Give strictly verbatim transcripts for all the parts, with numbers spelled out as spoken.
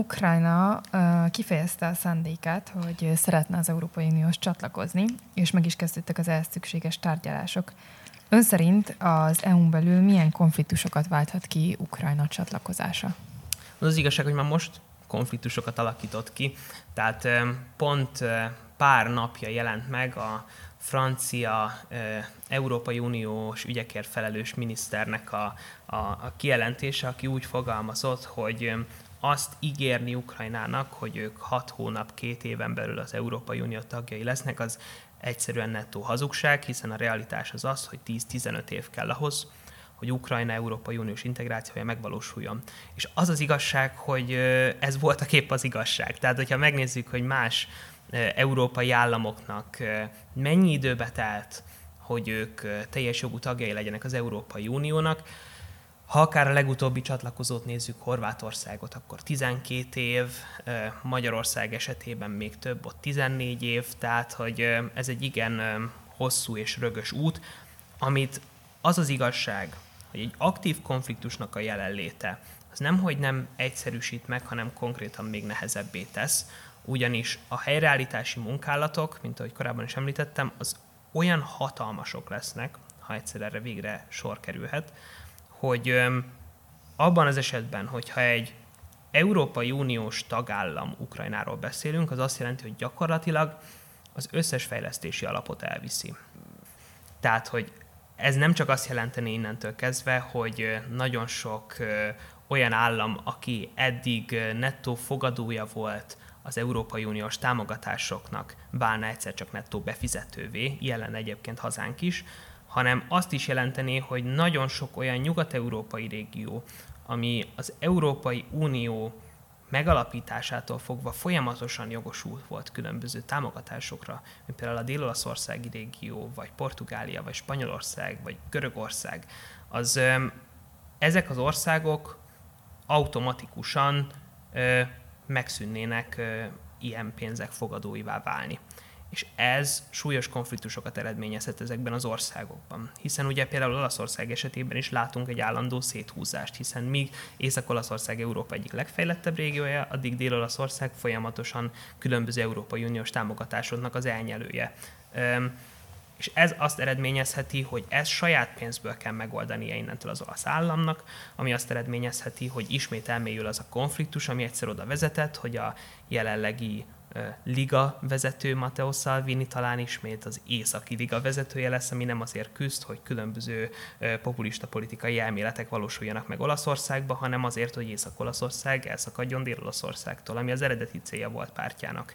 Ukrajna uh, kifejezte a szándékát, hogy szeretne az Európai Unióhoz csatlakozni, és meg is kezdődtek az ehhez szükséges tárgyalások. Ön szerint az é u-n belül milyen konfliktusokat válthat ki Ukrajna csatlakozása? Az az igazság, hogy már most konfliktusokat alakított ki. Tehát pont pár napja jelent meg a francia Európai Uniós ügyekért felelős miniszternek a, a, a kijelentése, aki úgy fogalmazott, hogy azt ígérni Ukrajnának, hogy ők hat hónap, két éven belül az Európai Unió tagjai lesznek, az egyszerűen nettó hazugság, hiszen a realitás az az, hogy tíz-tizenöt év kell ahhoz, hogy Ukrajna Európai Uniós integrációja megvalósuljon. És az az igazság, hogy ez voltak épp az igazság. Tehát, hogyha megnézzük, hogy más európai államoknak mennyi időbe telt, hogy ők teljes jogú tagjai legyenek az Európai Uniónak, ha akár a legutóbbi csatlakozót nézzük, Horvátországot, akkor tizenkét év, Magyarország esetében még több, ott tizennégy év, tehát hogy ez egy igen hosszú és rögös út, amit az az igazság, hogy egy aktív konfliktusnak a jelenléte, az nemhogy nem egyszerűsít meg, hanem konkrétan még nehezebbé tesz, ugyanis a helyreállítási munkálatok, mint ahogy korábban is említettem, az olyan hatalmasok lesznek, ha egyszer erre végre sor kerülhet, hogy öm, abban az esetben, hogyha egy Európai Uniós tagállam Ukrajnáról beszélünk, az azt jelenti, hogy gyakorlatilag az összes fejlesztési alapot elviszi. Tehát, hogy ez nem csak azt jelenteni innentől kezdve, hogy nagyon sok ö, olyan állam, aki eddig nettó fogadója volt az Európai Uniós támogatásoknak, válna egyszer csak nettó befizetővé, jelen egyébként hazánk is, hanem azt is jelenteni, hogy nagyon sok olyan nyugat-európai régió, ami az Európai Unió megalapításától fogva folyamatosan jogosult volt különböző támogatásokra, mint például a dél-olaszországi régió, vagy Portugália, vagy Spanyolország, vagy Görögország, az ezek az országok automatikusan ö, megszűnnének ö, ilyen pénzek fogadóivá válni. És ez súlyos konfliktusokat eredményezhet ezekben az országokban. Hiszen ugye például Olaszország esetében is látunk egy állandó széthúzást, hiszen míg Észak-Olaszország Európa egyik legfejlettebb régiója, addig Dél-Olaszország folyamatosan különböző Európai Uniós támogatásoknak az elnyelője. Üm, és ez azt eredményezheti, hogy ez saját pénzből kell megoldania innentől az olasz államnak, ami azt eredményezheti, hogy ismét elmélyül az a konfliktus, ami egyszer oda vezetett, hogy a jelenlegi liga vezető Matteo Salvini talán ismét az északi liga vezetője lesz, ami nem azért küzd, hogy különböző populista politikai elméletek valósuljanak meg Olaszországba, hanem azért, hogy Észak-Olaszország elszakadjon Dél-Olaszországtól, ami az eredeti célja volt pártjának.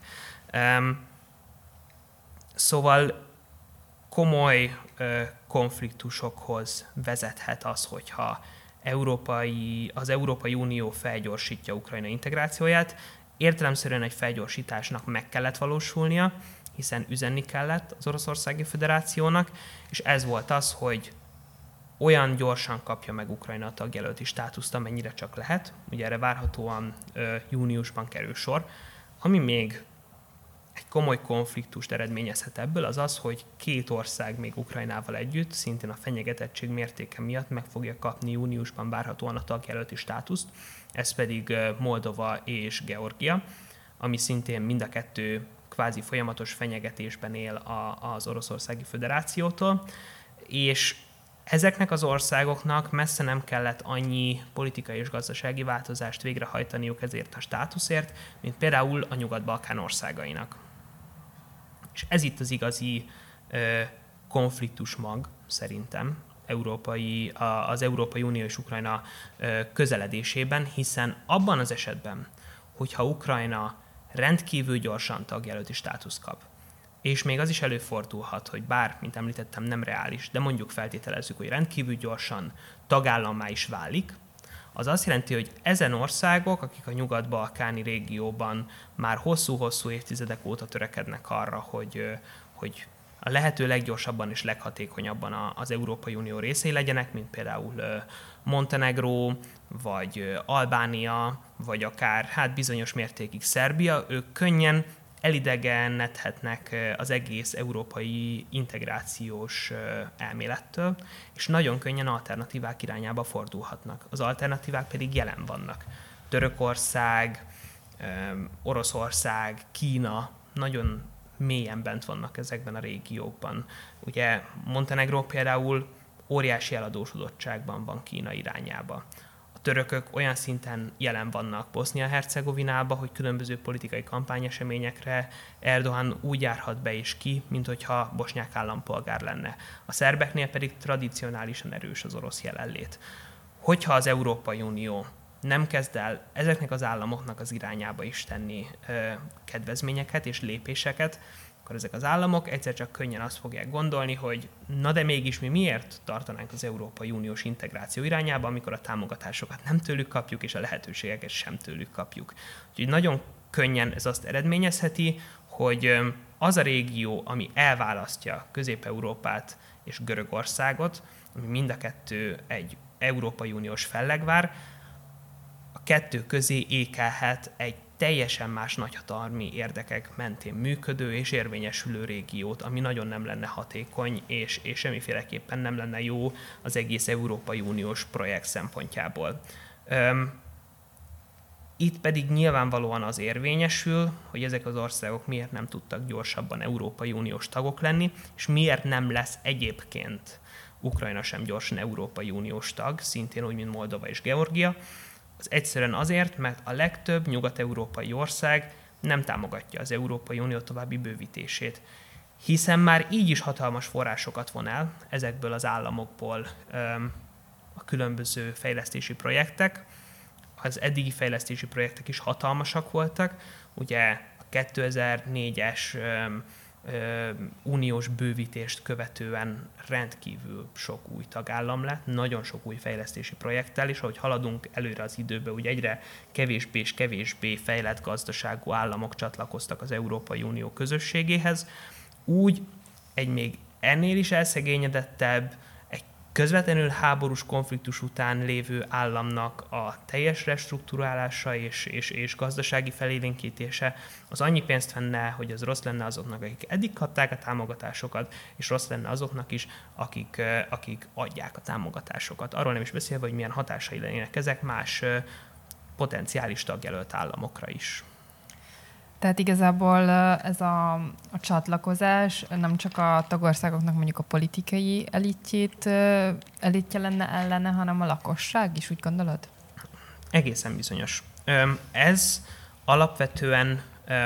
Szóval komoly konfliktusokhoz vezethet az, hogyha európai, az Európai Unió felgyorsítja Ukrajna integrációját. Értelemszerűen egy felgyorsításnak meg kellett valósulnia, hiszen üzenni kellett az Oroszországi Föderációnak, és ez volt az, hogy olyan gyorsan kapja meg Ukrajna a tagjelölti státuszt, amennyire csak lehet. Ugye erre várhatóan ö, júniusban kerül sor. Ami még egy komoly konfliktust eredményezhet ebből, az az, hogy két ország még Ukrajnával együtt, szintén a fenyegetettség mértéke miatt meg fogja kapni júniusban várhatóan a tagjelölti státuszt, ez pedig Moldova és Georgia, ami szintén mind a kettő kvázi folyamatos fenyegetésben él a, az Oroszországi Föderációtól, és ezeknek az országoknak messze nem kellett annyi politikai és gazdasági változást végrehajtaniuk ezért a státuszért, mint például a Nyugat-Balkán országainak. És ez itt az igazi ö, konfliktus mag, szerintem, európai, az Európai Unió és Ukrajna ö, közeledésében, hiszen abban az esetben, hogyha Ukrajna rendkívül gyorsan tagjelölti státuszt kap, és még az is előfordulhat, hogy bár, mint említettem, nem reális, de mondjuk feltételezzük, hogy rendkívül gyorsan tagállammá is válik, az azt jelenti, hogy ezen országok, akik a nyugat-balkáni régióban már hosszú-hosszú évtizedek óta törekednek arra, hogy, hogy a lehető leggyorsabban és leghatékonyabban az Európai Unió részei legyenek, mint például Montenegró, vagy Albánia, vagy akár hát bizonyos mértékig Szerbia, ők könnyen elidegenedhetnek az egész európai integrációs elmélettől, és nagyon könnyen alternatívák irányába fordulhatnak. Az alternatívák pedig jelen vannak. Törökország, Oroszország, Kína nagyon mélyen bent vannak ezekben a régiókban. Ugye Montenegró például óriási eladósodottságban van Kína irányába. A törökök olyan szinten jelen vannak Bosznia-Hercegovinában, hogy különböző politikai kampányeseményekre Erdogan úgy járhat be és ki, mint hogyha bosnyák állampolgár lenne. A szerbeknél pedig tradicionálisan erős az orosz jelenlét. Hogyha az Európai Unió nem kezd el ezeknek az államoknak az irányába is tenni ö, kedvezményeket és lépéseket, akkor ezek az államok egyszer csak könnyen azt fogják gondolni, hogy na de mégis mi miért tartanánk az Európai Uniós integráció irányába, amikor a támogatásokat nem tőlük kapjuk, és a lehetőségeket sem tőlük kapjuk. Úgyhogy nagyon könnyen ez azt eredményezheti, hogy az a régió, ami elválasztja Közép-Európát és Görögországot, ami mind a kettő egy Európai Uniós fellegvár, a kettő közé ékelhet egy teljesen más nagyhatalmi érdekek mentén működő és érvényesülő régiót, ami nagyon nem lenne hatékony, és, és semmiféleképpen nem lenne jó az egész Európai Uniós projekt szempontjából. Üm, itt pedig nyilvánvalóan az érvényesül, hogy ezek az országok miért nem tudtak gyorsabban Európai Uniós tagok lenni, és miért nem lesz egyébként Ukrajna sem gyorsan Európai Uniós tag, szintén úgy, mint Moldova és Georgia. Az egyszerűen azért, mert a legtöbb nyugat-európai ország nem támogatja az Európai Unió további bővítését, hiszen már így is hatalmas forrásokat von el ezekből az államokból öm, a különböző fejlesztési projektek. Az eddigi fejlesztési projektek is hatalmasak voltak. Ugye a kétezer-négyes öm, uniós bővítést követően rendkívül sok új tagállam lett, nagyon sok új fejlesztési projekttel, és ahogy haladunk előre az időbe, úgy egyre kevésbé és kevésbé fejlett gazdaságú államok csatlakoztak az Európai Unió közösségéhez, úgy egy még ennél is elszegényedettebb, egy közvetlenül háborús konfliktus után lévő államnak a teljes restrukturálása és, és, és gazdasági felélénkítése az annyi pénzt venne, hogy az rossz lenne azoknak, akik eddig kapták a támogatásokat, és rossz lenne azoknak is, akik, akik adják a támogatásokat. Arról nem is beszélve, hogy milyen hatásai lennének ezek más potenciális tagjelölt államokra is. Tehát igazából ez a, a csatlakozás nem csak a tagországoknak mondjuk a politikai elitjét, elitje lenne ellene, hanem a lakosság is, úgy gondolod? Egészen bizonyos. Ez alapvetően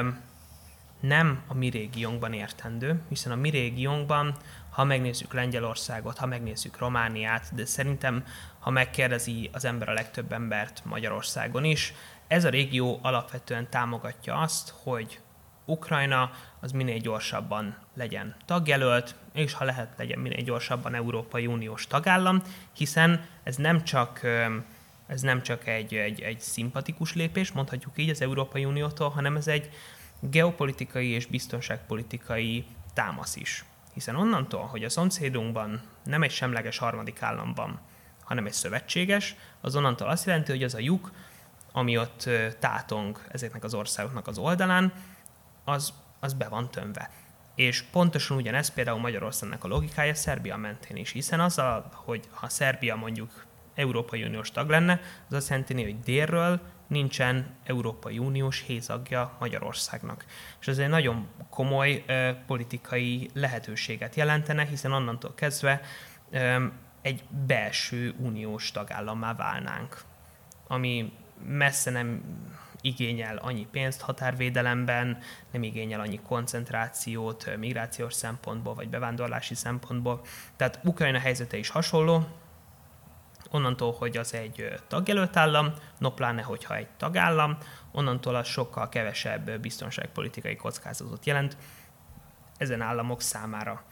nem a mi régiónkban értendő, hiszen a mi régiónkban, ha megnézzük Lengyelországot, ha megnézzük Romániát, de szerintem, ha megkérdezi az ember a legtöbb embert Magyarországon is, ez a régió alapvetően támogatja azt, hogy Ukrajna az minél gyorsabban legyen tagjelölt, és ha lehet, legyen minél gyorsabban Európai Uniós tagállam, hiszen ez nem csak, ez nem csak egy, egy, egy szimpatikus lépés, mondhatjuk így az Európai Uniótól, hanem ez egy geopolitikai és biztonságpolitikai támasz is. Hiszen onnantól, hogy a szomszédunkban nem egy semleges harmadik állam van, hanem egy szövetséges, az onnantól azt jelenti, hogy az a lyuk, ami ott tátong ezeknek az országoknak az oldalán, az, az be van tömve. És pontosan ugyanez például Magyarországnak a logikája Szerbia mentén is, hiszen azzal, hogy ha Szerbia mondjuk Európai Uniós tag lenne, az azt jelenti, hogy délről nincsen Európai Uniós hézagja Magyarországnak. És ez egy nagyon komoly ö, politikai lehetőséget jelentene, hiszen onnantól kezdve ö, egy belső uniós tagállammá válnánk, ami messze nem igényel annyi pénzt határvédelemben, nem igényel annyi koncentrációt migrációs szempontból, vagy bevándorlási szempontból. Tehát Ukrajna helyzete is hasonló, onnantól, hogy az egy tagjelölt állam, no pláne, hogyha egy tagállam, onnantól az sokkal kevesebb biztonságpolitikai kockázatot jelent ezen államok számára.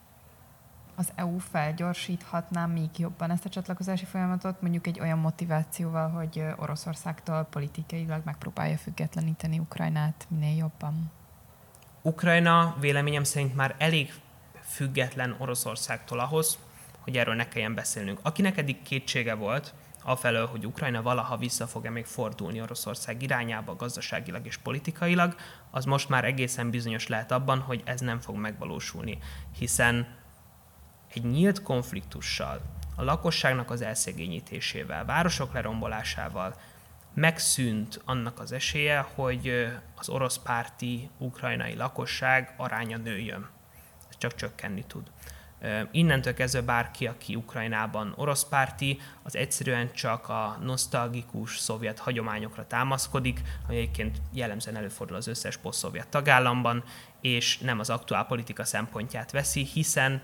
Az é u felgyorsíthatná még jobban ezt a csatlakozási folyamatot, mondjuk egy olyan motivációval, hogy Oroszországtól politikailag megpróbálja függetleníteni Ukrajnát minél jobban? Ukrajna véleményem szerint már elég független Oroszországtól ahhoz, hogy erről ne kelljen beszélnünk. Akinek eddig kétsége volt, afelől, hogy Ukrajna valaha vissza fog-e még fordulni Oroszország irányába gazdaságilag és politikailag, az most már egészen bizonyos lehet abban, hogy ez nem fog megvalósulni, hiszen egy nyílt konfliktussal, a lakosságnak az elszegényítésével, városok lerombolásával megszűnt annak az esélye, hogy az orosz párti ukrajnai lakosság aránya nőjön. Ez csak csökkenni tud. Innentől kezdve bárki, aki Ukrajnában orosz párti, az egyszerűen csak a nosztalgikus szovjet hagyományokra támaszkodik, ami egyébként jellemzően előfordul az összes poszt-szovjet tagállamban, és nem az aktuál politika szempontját veszi, hiszen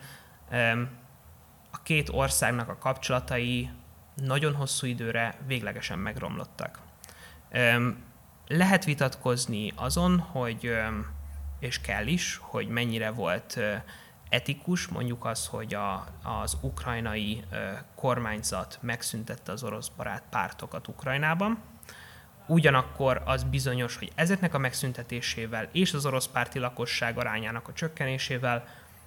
a két országnak a kapcsolatai nagyon hosszú időre véglegesen megromlottak. Lehet vitatkozni azon, hogy, és kell is, hogy mennyire volt etikus, mondjuk az, hogy a, az ukrajnai kormányzat megszüntette az orosz barát pártokat Ukrajnában. Ugyanakkor az bizonyos, hogy ezeknek a megszüntetésével és az orosz párti lakosság arányának a csökkenésével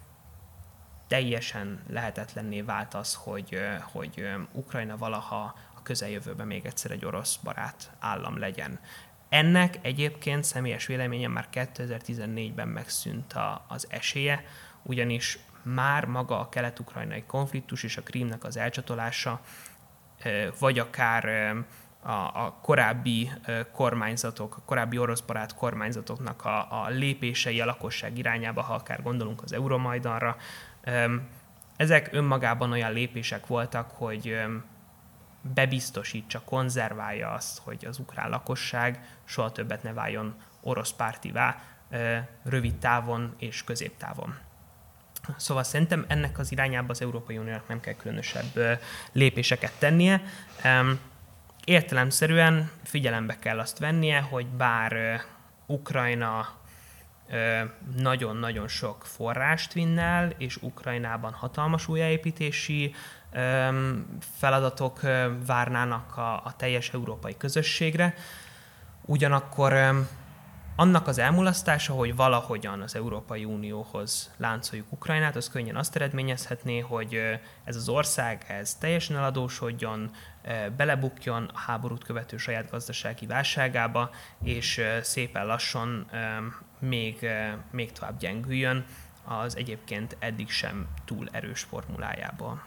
teljesen lehetetlenné vált az, hogy, hogy Ukrajna valaha a közeljövőben még egyszer egy orosz barát állam legyen. Ennek egyébként személyes véleményem már kétezer-tizennégyben megszűnt a, az esélye, ugyanis már maga a kelet-ukrajnai konfliktus és a Krímnek az elcsatolása, vagy akár a, a korábbi kormányzatok, a korábbi oroszbarát kormányzatoknak a, a lépései a lakosság irányába, ha akár gondolunk az Euromajdanra, ezek önmagában olyan lépések voltak, hogy bebiztosítsa, konzerválja azt, hogy az ukrán lakosság soha többet ne váljon orosz pártivá, rövid távon és középtávon. Szóval szerintem ennek az irányába az Európai Uniónak nem kell különösebb lépéseket tennie. Értelemszerűen figyelembe kell azt vennie, hogy bár Ukrajna nagyon-nagyon sok forrást vinn el, és Ukrajnában hatalmas újjáépítési feladatok várnának a, a teljes európai közösségre. Ugyanakkor annak az elmulasztása, hogy valahogyan az Európai Unióhoz láncoljuk Ukrajnát, az könnyen azt eredményezhetné, hogy ez az ország ez teljesen eladósodjon, belebukjon a háborút követő saját gazdasági válságába, és szépen lassan még, még tovább gyengüljön az egyébként eddig sem túl erős formulájából.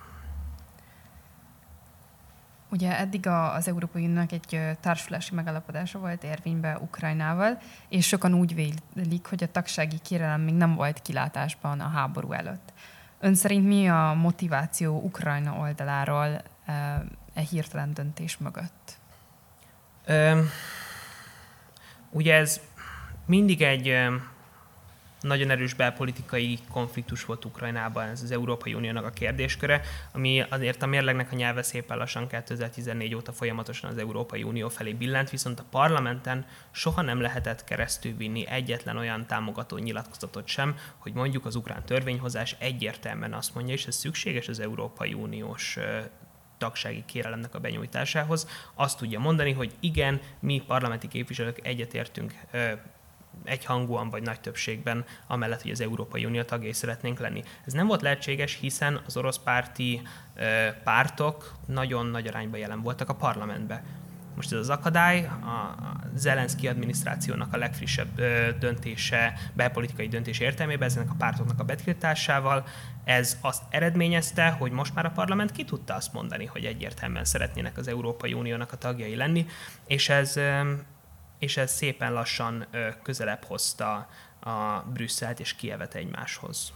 Ugye eddig az Európai Uniónak egy társulási megállapodása volt érvényben Ukrajnával, és sokan úgy vélik, hogy a tagsági kérelem még nem volt kilátásban a háború előtt. Ön szerint mi a motiváció Ukrajna oldaláról e hirtelen döntés mögött? Üm, ugye ez mindig egy nagyon erős belpolitikai konfliktus volt Ukrajnában, ez az Európai Uniónak a kérdésköre, ami azért a mérlegnek a nyelve szépen lassan kétezer-tizennégy óta folyamatosan az Európai Unió felé billent, viszont a parlamenten soha nem lehetett keresztülvinni egyetlen olyan támogató nyilatkozatot sem, hogy mondjuk az ukrán törvényhozás egyértelműen azt mondja, és ez szükséges az Európai Uniós tagsági kérelemnek a benyújtásához, azt tudja mondani, hogy igen, mi parlamenti képviselők egyetértünk egyhangúan vagy nagy többségben, amellett, hogy az Európai Unió tagjai szeretnénk lenni. Ez nem volt lehetséges, hiszen az orosz párti ö, pártok nagyon nagy arányban jelen voltak a parlamentben. Most ez az akadály, a Zelenszky adminisztrációnak a legfrissebb ö, döntése, belpolitikai döntés értelmében, ezeknek a pártoknak a betiltásával, ez azt eredményezte, hogy most már a parlament ki tudta azt mondani, hogy egyértelműen szeretnének az Európai Uniónak a tagjai lenni, és ez ö, és ez szépen lassan ö, közelebb hozta a Brüsszelt és Kijevet egymáshoz.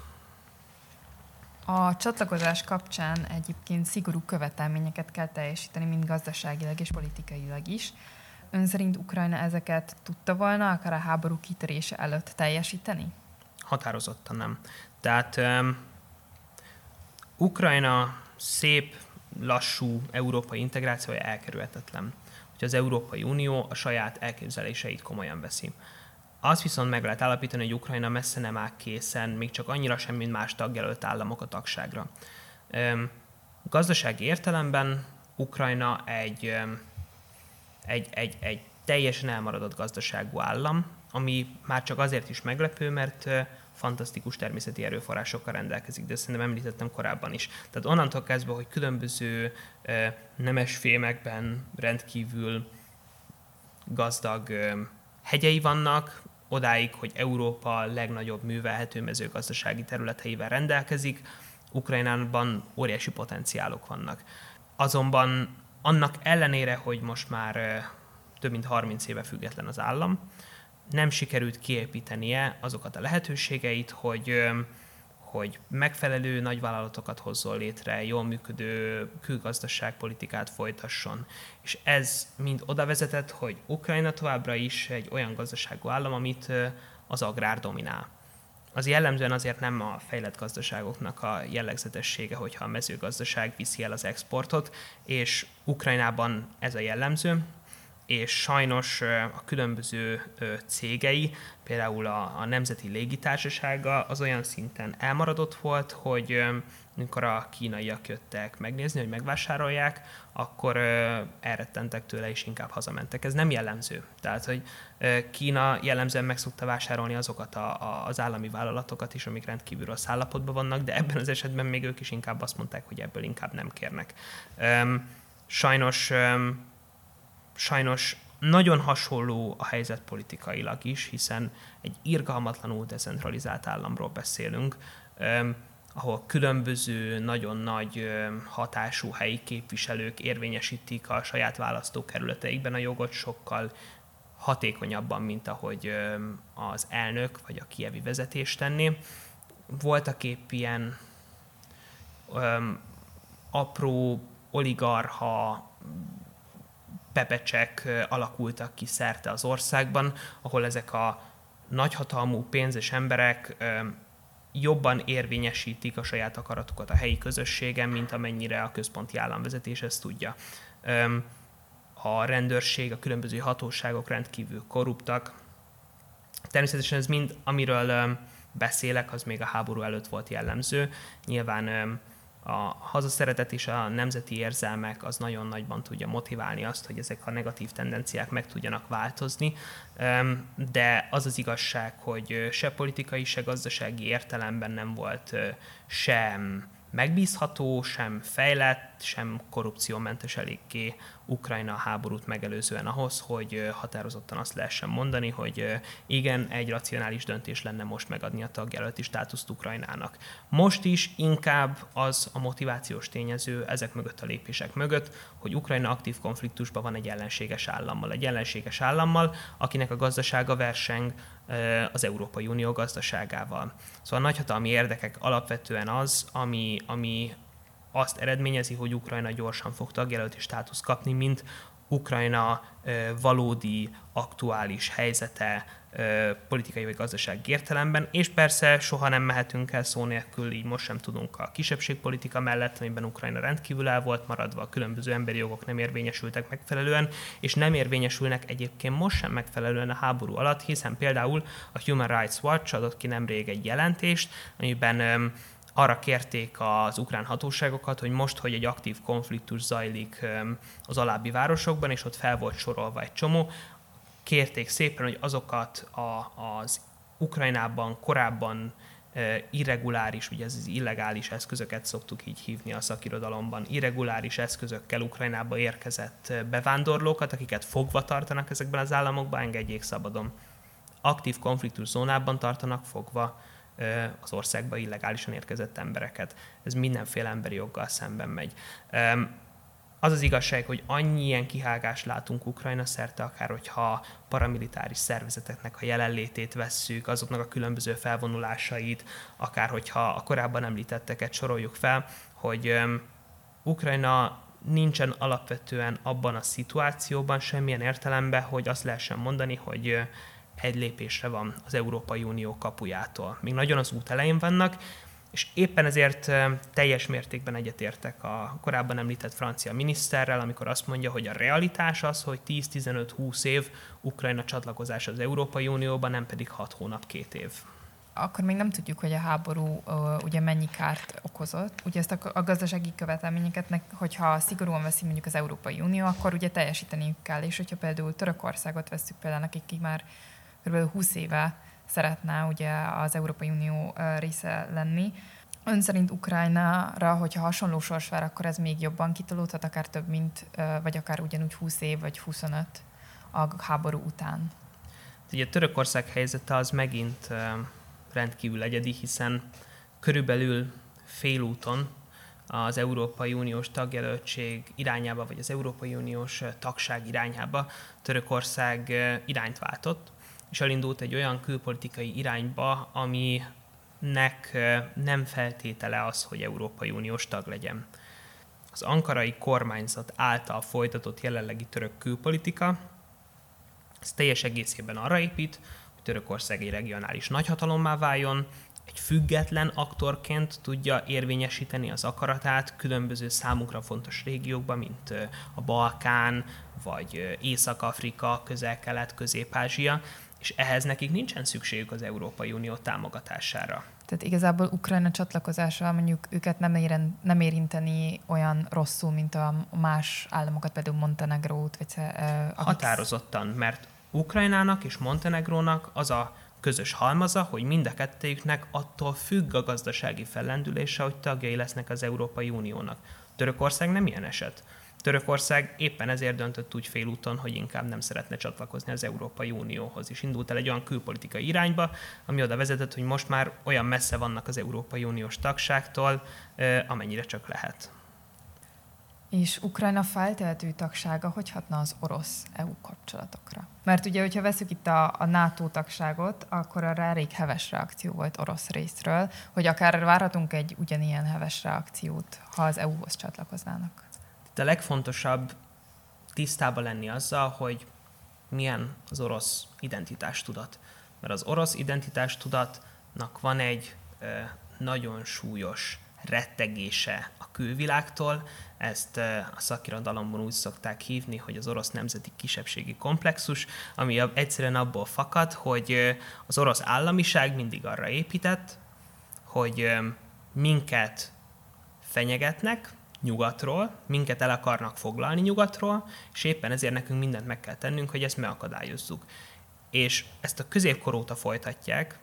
A csatlakozás kapcsán egyébként szigorú követelményeket kell teljesíteni, mind gazdaságilag és politikailag is. Ön szerint Ukrajna ezeket tudta volna, akár a háború kitörése előtt teljesíteni? Határozottan nem. Tehát um, Ukrajna szép, lassú európai integrációja elkerülhetetlen, hogy az Európai Unió a saját elképzeléseit komolyan veszi. Azt viszont meg lehet állapítani, hogy Ukrajna messze nem áll készen, még csak annyira sem, mint más tagjelölt államok a tagságra. Üm, gazdasági értelemben Ukrajna egy, üm, egy, egy, egy teljesen elmaradott gazdaságú állam, ami már csak azért is meglepő, mert uh, fantasztikus természeti erőforrásokkal rendelkezik, de szerintem említettem korábban is. Tehát onnantól kezdve, hogy különböző uh, nemesfémekben rendkívül gazdag uh, hegyei vannak, odáig, hogy Európa legnagyobb művelhető mezőgazdasági területeivel rendelkezik, Ukrajnában óriási potenciálok vannak. Azonban annak ellenére, hogy most már több mint harminc éve független az állam. Nem sikerült kiépítenie azokat a lehetőségeit, hogy, hogy megfelelő nagyvállalatokat hozzon létre, jól működő külgazdaságpolitikát folytasson. És ez mind oda vezetett, hogy Ukrajna továbbra is egy olyan gazdaságú állam, amit az agrár dominál. Az jellemzően azért nem a fejlett gazdaságoknak a jellegzetessége, hogyha a mezőgazdaság viszi el az exportot, és Ukrajnában ez a jellemző, és sajnos a különböző cégei, például a, a Nemzeti Légitársasága az olyan szinten elmaradott volt, hogy amikor a kínaiak jöttek megnézni, hogy megvásárolják, akkor elrettentek tőle, és inkább hazamentek. Ez nem jellemző. Tehát, hogy Kína jellemzően meg szokta vásárolni azokat a, a, az állami vállalatokat is, amik rendkívül rossz állapotban vannak, de ebben az esetben még ők is inkább azt mondták, hogy ebből inkább nem kérnek. Sajnos Sajnos nagyon hasonló a helyzet politikailag is, hiszen egy irgalmatlanul decentralizált államról beszélünk, eh, ahol különböző, nagyon nagy eh, hatású helyi képviselők érvényesítik a saját választókerületeikben a jogot sokkal hatékonyabban, mint ahogy eh, az elnök vagy a kijevi vezetés tenné. Voltak épp ilyen eh, apró oligarcha pepecsek alakultak ki szerte az országban, ahol ezek a nagyhatalmú pénzes emberek jobban érvényesítik a saját akaratukat a helyi közösségen, mint amennyire a központi államvezetés ezt tudja. A rendőrség, a különböző hatóságok rendkívül korruptak. Természetesen ez mind, amiről beszélek, az még a háború előtt volt jellemző. Nyilván a hazaszeretet és a nemzeti érzelmek az nagyon nagyban tudja motiválni azt, hogy ezek a negatív tendenciák meg tudjanak változni, de az az igazság, hogy se politikai, se gazdasági értelemben nem volt sem megbízható, sem fejlett, sem korrupciómentes eléggé Ukrajna háborút megelőzően ahhoz, hogy határozottan azt lehessen mondani, hogy igen, egy racionális döntés lenne most megadni a tagjelölti státuszt Ukrajnának. Most is inkább az a motivációs tényező ezek mögött a lépések mögött, hogy Ukrajna aktív konfliktusban van egy ellenséges állammal. Egy ellenséges állammal, akinek a gazdasága verseng az Európai Unió gazdaságával. Szóval a nagyhatalmi érdekek alapvetően az, ami, ami azt eredményezi, hogy Ukrajna gyorsan fog tagjelölti státuszt kapni, mint Ukrajna valódi, aktuális helyzete politikai vagy gazdasági értelemben, és persze soha nem mehetünk el szó nélkül, így most sem tudunk a kisebbségpolitika mellett, amiben Ukrajna rendkívül el volt maradva, a különböző emberi jogok nem érvényesültek megfelelően, és nem érvényesülnek egyébként most sem megfelelően a háború alatt, hiszen például a Human Rights Watch adott ki nemrég egy jelentést, amiben arra kérték az ukrán hatóságokat, hogy most, hogy egy aktív konfliktus zajlik az alábbi városokban, és ott fel volt sorolva egy csomó, kérték szépen, hogy azokat a, az Ukrajnában korábban irreguláris, ugye ez az illegális eszközöket szoktuk így hívni a szakirodalomban, irreguláris eszközökkel Ukrajnába érkezett bevándorlókat, akiket fogva tartanak ezekben az államokban, engedjék szabadon. Aktív konfliktus zónában tartanak fogva az országba illegálisan érkezett embereket. Ez mindenféle emberi joggal szemben megy. Az az igazság, hogy annyi ilyen kihágást látunk Ukrajna szerte, akár hogyha paramilitáris szervezeteknek a jelenlétét vesszük, azoknak a különböző felvonulásait, akár hogyha a korábban említetteket soroljuk fel, hogy Ukrajna nincsen alapvetően abban a szituációban semmilyen értelemben, hogy azt lehessen mondani, hogy egy lépésre van az Európai Unió kapujától. Még nagyon az út elején vannak, és éppen ezért teljes mértékben egyetértek a korábban említett francia miniszterrel, amikor azt mondja, hogy a realitás az, hogy tíz-tizenöt-húsz év Ukrajna csatlakozása az Európai Unióban, nem pedig hat hónap, két év. Akkor még nem tudjuk, hogy a háború ugye mennyi kárt okozott. Ugye ezt a, a gazdasági követelményeket, hogyha szigorúan veszi mondjuk az Európai Unió, akkor ugye teljesíteniük kell. És hogyha például Törökországot vesszük például, akik már kb. húsz éve szeretne ugye az Európai Unió része lenni. Ön szerint Ukrajnára, hogyha hasonló sors vár, akkor ez még jobban kitolódhat, akár több, mint, vagy akár ugyanúgy húsz év, vagy huszonöt a háború után? Ugye Törökország helyzete az megint rendkívül egyedi, hiszen körülbelül félúton az Európai Uniós tagjelöltség irányába, vagy az Európai Uniós tagság irányába Törökország irányt váltott, és elindult egy olyan külpolitikai irányba, aminek nem feltétele az, hogy Európai Uniós tag legyen. Az ankarai kormányzat által folytatott jelenlegi török külpolitika, ez teljes egészében arra épít, hogy Törökország egy regionális nagyhatalommá váljon, egy független aktorként tudja érvényesíteni az akaratát különböző számunkra fontos régiókban, mint a Balkán, vagy Észak-Afrika, Közel-Kelet, Közép-Ázsia, és ehhez nekik nincsen szükségük az Európai Unió támogatására. Tehát igazából Ukrajna csatlakozása mondjuk őket nem, éren, nem érinteni olyan rosszul, mint a más államokat, például Montenegrót, vagy uh, határozottan, mert Ukrajnának és Montenegrónak az a közös halmaza, hogy mind a kettőjüknek attól függ a gazdasági fellendülése, hogy tagjai lesznek az Európai Uniónak. Törökország nem ilyen eset. Törökország éppen ezért döntött úgy félúton, hogy inkább nem szeretne csatlakozni az Európai Unióhoz, és indult el egy olyan külpolitikai irányba, ami oda vezetett, hogy most már olyan messze vannak az Európai Uniós tagságtól, amennyire csak lehet. És Ukrajna feltehető tagsága hogy hatna az orosz-é u kapcsolatokra? Mert ugye, hogyha veszük itt a, a NATO tagságot, akkor arra elég heves reakció volt orosz részről, hogy akár várhatunk egy ugyanilyen heves reakciót, ha az é u-hoz csatlakoznának. De a legfontosabb tisztában lenni azzal, hogy milyen az orosz identitástudat. Mert az orosz identitástudatnak van egy ö, nagyon súlyos rettegése a külvilágtól. Ezt a szakirodalomban úgy szokták hívni, hogy az orosz nemzeti kisebbségi komplexus, ami egyszerűen abból fakad, hogy az orosz államiság mindig arra épített, hogy minket fenyegetnek nyugatról, minket el akarnak foglalni nyugatról, és éppen ezért nekünk mindent meg kell tennünk, hogy ezt megakadályozzuk. És ezt a középkor óta folytatják,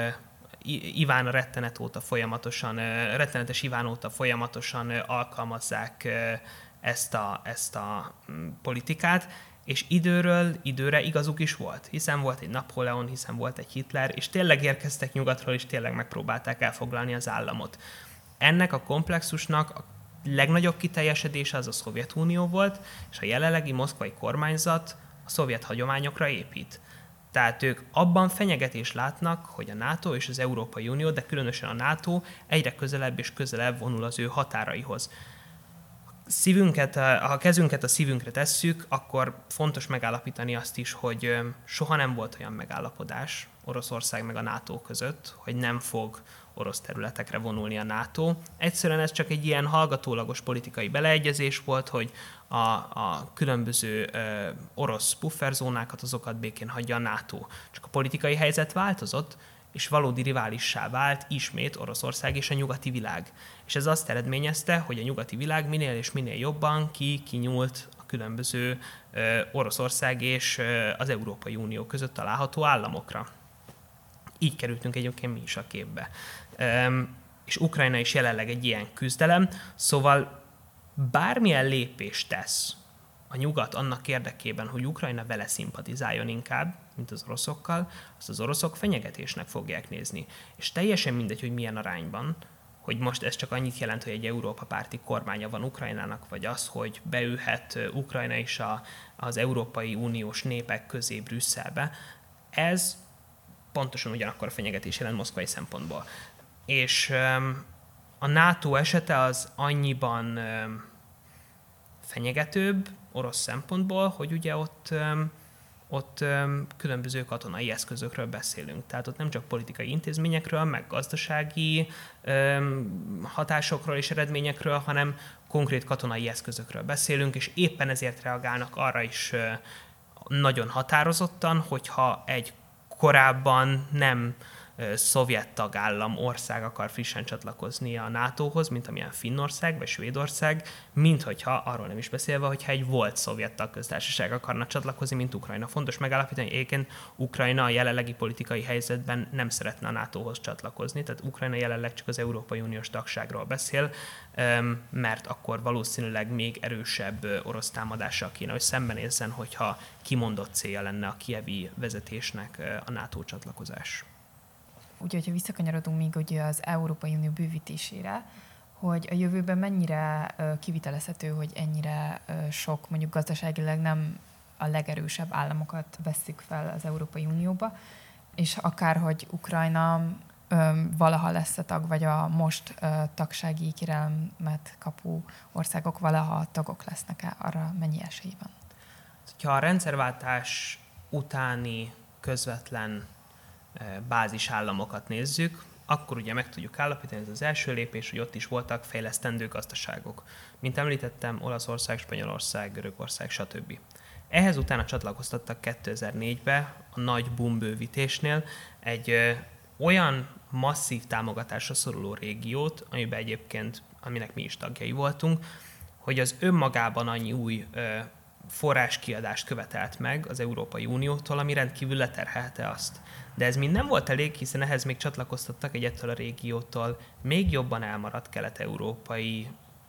Iván a rettenet óta folyamatosan, rettenetes Iván óta folyamatosan alkalmazzák ezt a, ezt a politikát, és időről időre igazuk is volt, hiszen volt egy Napóleon, hiszen volt egy Hitler, és tényleg érkeztek nyugatról, és tényleg megpróbálták elfoglalni az államot. Ennek a komplexusnak a legnagyobb kiteljesedése az a Szovjetunió volt, és a jelenlegi moszkvai kormányzat a szovjet hagyományokra épít. Tehát ők abban fenyegetést látnak, hogy a NATO és az Európai Unió, de különösen a NATO egyre közelebb és közelebb vonul az ő határaihoz. Szívünket, ha a kezünket a szívünkre tesszük, akkor fontos megállapítani azt is, hogy soha nem volt olyan megállapodás Oroszország meg a NATO között, hogy nem fog orosz területekre vonulni a NATO. Egyszerűen ez csak egy ilyen hallgatólagos politikai beleegyezés volt, hogy a, a különböző ö, orosz pufferzónákat, azokat békén hagyja a NATO. Csak a politikai helyzet változott, és valódi riválissá vált ismét Oroszország és a nyugati világ. És ez azt eredményezte, hogy a nyugati világ minél és minél jobban ki kinyúlt a különböző ö, Oroszország és ö, az Európai Unió között található államokra. Így kerültünk egyébként mi is a képbe. Üm, és Ukrajna is jelenleg egy ilyen küzdelem, szóval bármilyen lépést tesz a nyugat annak érdekében, hogy Ukrajna vele szimpatizáljon inkább, mint az oroszokkal, azt az oroszok fenyegetésnek fogják nézni. És teljesen mindegy, hogy milyen arányban, hogy most ez csak annyit jelent, hogy egy Európa párti kormánya van Ukrajnának, vagy az, hogy beülhet Ukrajna is a, az Európai Uniós népek közé Brüsszelbe, ez pontosan ugyanakkor a fenyegetés jelent moszkvai szempontból. És um, a NATO esete az annyiban um, fenyegetőbb orosz szempontból, hogy ugye ott, um, ott um, különböző katonai eszközökről beszélünk. Tehát ott nem csak politikai intézményekről, meg gazdasági um, hatásokról és eredményekről, hanem konkrét katonai eszközökről beszélünk, és éppen ezért reagálnak arra is uh, nagyon határozottan, hogyha egy korábban nem szovjet tagállam ország akar frissen csatlakozni a nátóhoz, mint amilyen Finnország vagy Svédország, mint hogyha, arról nem is beszélve, hogyha egy volt szovjet tagköztársaság akarna csatlakozni, mint Ukrajna. Fontos megállapítani, hogy egyébként Ukrajna a jelenlegi politikai helyzetben nem szeretne a nátóhoz csatlakozni, tehát Ukrajna jelenleg csak az Európai Uniós tagságról beszél, mert akkor valószínűleg még erősebb orosz támadással kéne, hogy szembenézzen, hogyha kimondott célja lenne a kijevi vezetésnek a NATO csatlakozás. Úgyhogy, ha visszakanyarodunk még ugye az Európai Unió bővítésére, hogy a jövőben mennyire kivitelezhető, hogy ennyire sok, mondjuk gazdaságilag nem a legerősebb államokat vesszük fel az Európai Unióba, és akár, hogy Ukrajna valaha lesz a tag, vagy a most tagsági kérelmet kapó országok valaha tagok lesznek-e, arra mennyi esély van? Ha a rendszerváltás utáni közvetlen bázisállamokat nézzük, akkor ugye meg tudjuk állapítani, ez az első lépés, hogy ott is voltak fejlesztendő gazdaságok. Mint említettem, Olaszország, Spanyolország, Görögország, stb. Ehhez utána csatlakoztattak kétezer-négyben a nagy boom bővítésnél egy ö, olyan masszív támogatásra szoruló régiót, amiben egyébként, aminek mi is tagjai voltunk, hogy az önmagában annyi új ö, forráskiadást követelt meg az Európai Uniótól, ami rendkívül leterhelte azt. De ez mind nem volt elég, hiszen ehhez még csatlakoztattak egy ettől a régiótól még jobban elmaradt kelet-európai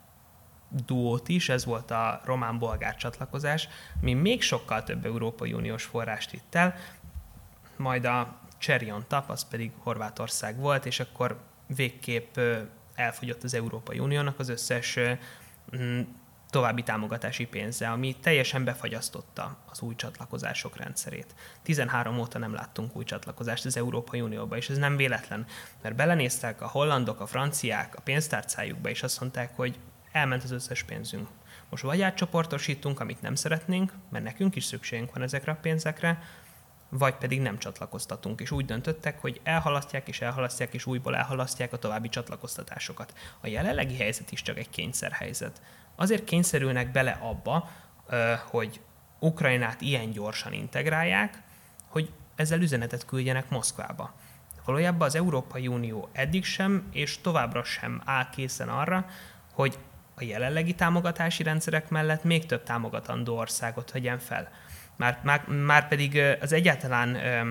duót is, ez volt a román-bolgár csatlakozás, ami még sokkal több Európai Uniós forrást vitt el, majd a cherry on top, az pedig Horvátország volt, és akkor végképp elfogyott az Európai Uniónak az összes további támogatási pénze, ami teljesen befagyasztotta az új csatlakozások rendszerét. tizenhárom óta nem láttunk új csatlakozást az Európai Unióba, és ez nem véletlen, mert belenéztek a hollandok, a franciák a pénztárcájukba, és azt mondták, hogy elment az összes pénzünk. Most vagy átcsoportosítunk, amit nem szeretnénk, mert nekünk is szükségünk van ezekre a pénzekre, vagy pedig nem csatlakoztatunk, és úgy döntöttek, hogy elhalasztják és elhalasztják, és újból elhalasztják a további csatlakoztatásokat. A jelenlegi helyzet is csak egy kényszerhelyzet. Azért kényszerülnek bele abba, hogy Ukrajnát ilyen gyorsan integrálják, hogy ezzel üzenetet küldjenek Moszkvába. Valójában az Európai Unió eddig sem, és továbbra sem áll készen arra, hogy a jelenlegi támogatási rendszerek mellett még több támogatandó országot vegyen fel. Már, már, már pedig az egyáltalán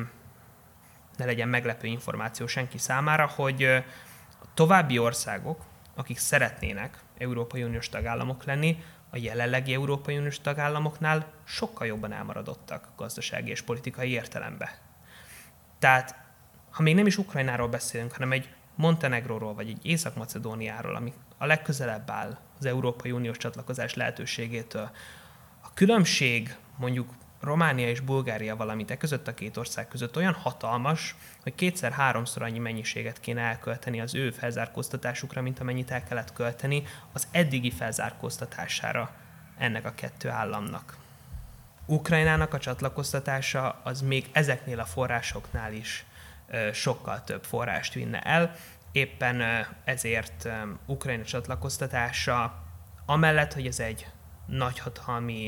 ne legyen meglepő információ senki számára, hogy a további országok, akik szeretnének Európai Uniós tagállamok lenni, a jelenlegi Európai Uniós tagállamoknál sokkal jobban elmaradottak gazdasági és politikai értelemben. Tehát, ha még nem is Ukrajnáról beszélünk, hanem egy Montenegróról vagy egy Észak-Macedóniáról, ami a legközelebb áll az Európai Uniós csatlakozás lehetőségétől, a különbség mondjuk Románia és Bulgária, valamint e között a két ország között olyan hatalmas, hogy kétszer-háromszor annyi mennyiséget kéne elkölteni az ő felzárkóztatásukra, mint amennyit el kellett költeni az eddigi felzárkóztatására ennek a kettő államnak. Ukrajnának a csatlakoztatása az még ezeknél a forrásoknál is sokkal több forrást vinne el. Éppen ezért Ukrajna csatlakoztatása, amellett, hogy ez egy nagyhatalmi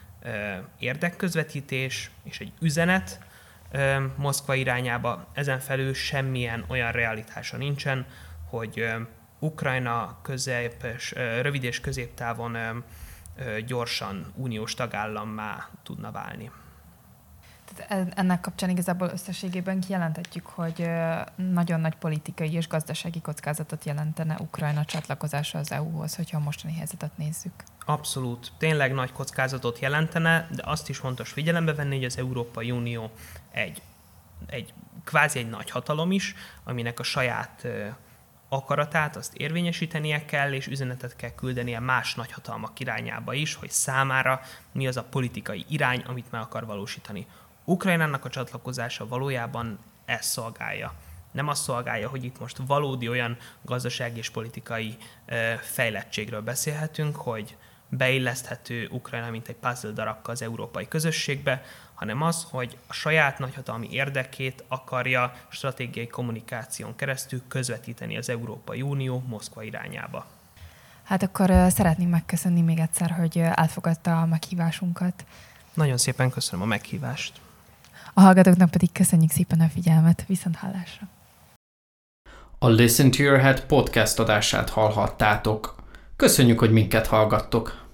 érdekközvetítés és egy üzenet Moszkva irányába, ezen felül semmilyen olyan realitása nincsen, hogy Ukrajna közepes, rövid és középtávon gyorsan uniós tagállammá tudna válni. Tehát ennek kapcsán igazából összességében kijelenthetjük, hogy nagyon nagy politikai és gazdasági kockázatot jelentene Ukrajna csatlakozása az é u-hoz, hogyha a mostani helyzetet nézzük. Abszolút. Tényleg nagy kockázatot jelentene, de azt is fontos figyelembe venni, hogy az Európai Unió egy, egy kvázi egy nagy hatalom is, aminek a saját akaratát azt érvényesítenie kell, és üzenetet kell küldenie más nagyhatalmak irányába is, hogy számára mi az a politikai irány, amit meg akar valósítani. Ukrajnának a csatlakozása valójában ezt szolgálja. Nem azt szolgálja, hogy itt most valódi olyan gazdasági és politikai fejlettségről beszélhetünk, hogy beilleszthető Ukrajna, mint egy puzzle darabka az európai közösségbe, hanem az, hogy a saját nagyhatalmi érdekét akarja stratégiai kommunikáción keresztül közvetíteni az Európai Unió Moszkva irányába. Hát akkor uh, szeretném megköszönni még egyszer, hogy uh, elfogadta a meghívásunkat. Nagyon szépen köszönöm a meghívást. A hallgatóknak pedig köszönjük szépen a figyelmet. Viszont hallásra. A Listen to Your Head podcast adását hallhattátok. Köszönjük, hogy minket hallgattok!